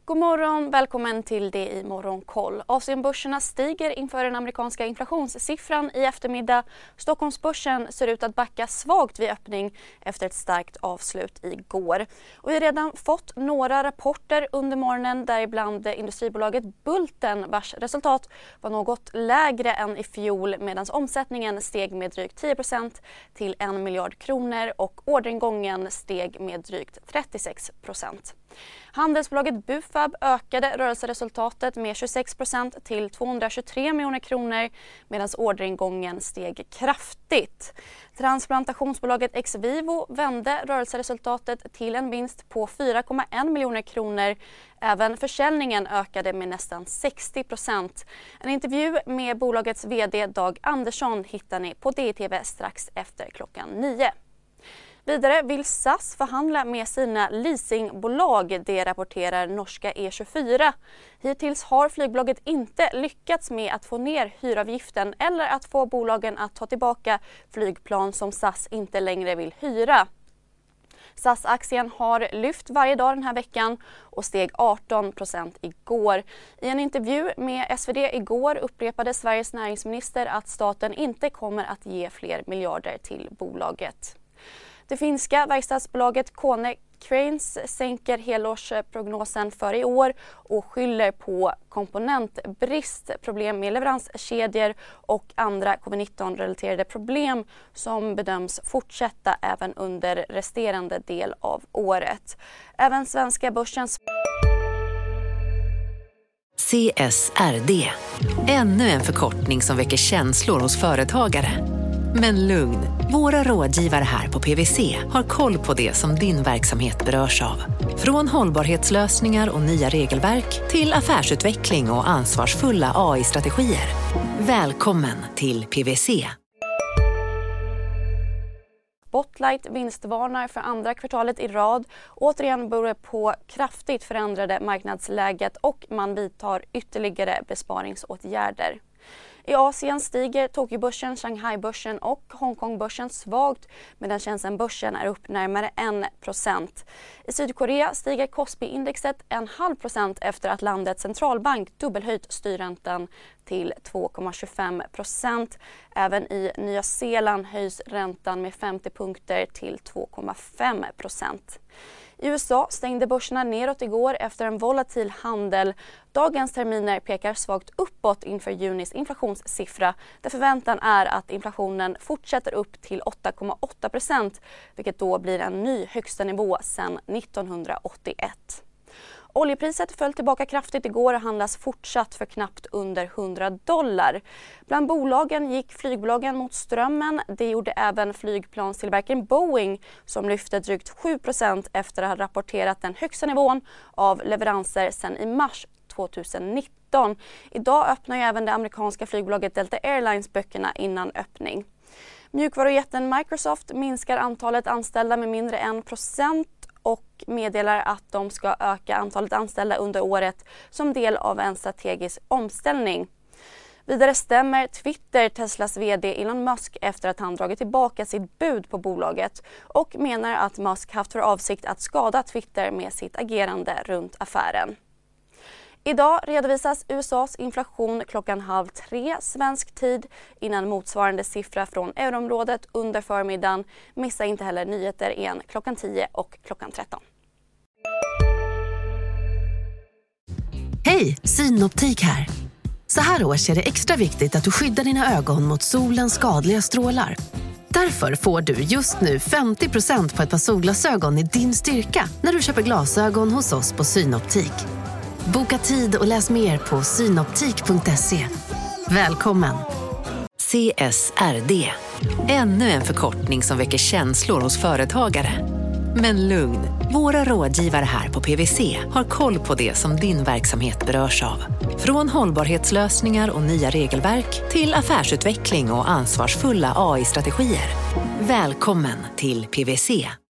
God morgon, välkommen till det i Morgonkoll. Asienbörserna stiger inför den amerikanska inflationssiffran i eftermiddag. Stockholmsbörsen ser ut att backa svagt vid öppning efter ett starkt avslut igår. Och vi har redan fått några rapporter under morgonen, däribland industribolaget Bulten vars resultat var något lägre än i fjol medan omsättningen steg med drygt 10% till 1 miljard kronor och orderingången steg med drygt 36%. Handelsbolaget Bufab ökade rörelseresultatet med 26% till 223 miljoner kronor medan orderingången steg kraftigt. Transplantationsbolaget Exvivo vände rörelseresultatet till en vinst på 4,1 miljoner kronor. Även försäljningen ökade med nästan 60%. En intervju med bolagets vd Dag Andersson hittar ni på DTV strax efter klockan 9. Vidare vill SAS förhandla med sina leasingbolag, det rapporterar norska E24. Hittills har flygbolaget inte lyckats med att få ner hyravgiften eller att få bolagen att ta tillbaka flygplan som SAS inte längre vill hyra. SAS-aktien har lyft varje dag den här veckan och steg 18% igår. I en intervju med SvD igår upprepade Sveriges näringsminister att staten inte kommer att ge fler miljarder till bolaget. Det finska verkstadsbolaget Konecranes sänker helårsprognosen för i år och skyller på komponentbrist, problem med leveranskedjor och andra covid-19-relaterade problem som bedöms fortsätta även under resterande del av året. Även svenska börsens CSRD. Ännu en förkortning som väcker känslor hos företagare. Men lugn, våra rådgivare här på PwC har koll på det som din verksamhet berörs av. Från hållbarhetslösningar och nya regelverk till affärsutveckling och ansvarsfulla AI-strategier. Välkommen till PwC. Spotlight vinstvarnar för andra kvartalet i rad. Återigen beror det på kraftigt förändrade marknadsläget och man vidtar ytterligare besparingsåtgärder. I Asien stiger Tokyobörsen, Shanghai-börsen och Hongkong-börsen svagt medan Shenzhen-börsen är upp närmare 1%. I Sydkorea stiger Kospi-indexet 0,5% efter att landets centralbank dubbelhöjt styrräntan till 2,25%. Även i Nya Zeeland höjs räntan med 50 punkter till 2,5%. I USA stängde börserna neråt igår efter en volatil handel. Dagens terminer pekar svagt uppåt inför junis inflationssiffra där förväntan är att inflationen fortsätter upp till 8,8%, vilket då blir en ny högsta nivå sedan 1981. Oljepriset föll tillbaka kraftigt igår och handlas fortsatt för knappt under $100. Bland bolagen gick flygbolagen mot strömmen. Det gjorde även flygplanstillverkaren Boeing som lyfte drygt 7% efter att ha rapporterat den högsta nivån av leveranser sedan i mars 2019. Idag öppnar ju även det amerikanska flygbolaget Delta Airlines böckerna innan öppning. Mjukvarujätten Microsoft minskar antalet anställda med mindre än 1% och meddelar att de ska öka antalet anställda under året som del av en strategisk omställning. Vidare stämmer Twitter Teslas vd Elon Musk efter att han dragit tillbaka sitt bud på bolaget och menar att Musk haft för avsikt att skada Twitter med sitt agerande runt affären. Idag redovisas USAs inflation klockan 2:30 svensk tid innan motsvarande siffra från euroområdet under förmiddagen. Missa inte heller nyheter igen klockan 10 och klockan 13. Hej, Synoptik här. Så här års är det extra viktigt att du skyddar dina ögon mot solens skadliga strålar. Därför får du just nu 50% på ett par solglasögon i din styrka när du köper glasögon hos oss på Synoptik. Boka tid och läs mer på synoptik.se. Välkommen! CSRD. Ännu en förkortning som väcker känslor hos företagare. Men lugn, våra rådgivare här på PwC har koll på det som din verksamhet berörs av. Från hållbarhetslösningar och nya regelverk till affärsutveckling och ansvarsfulla AI-strategier. Välkommen till PwC.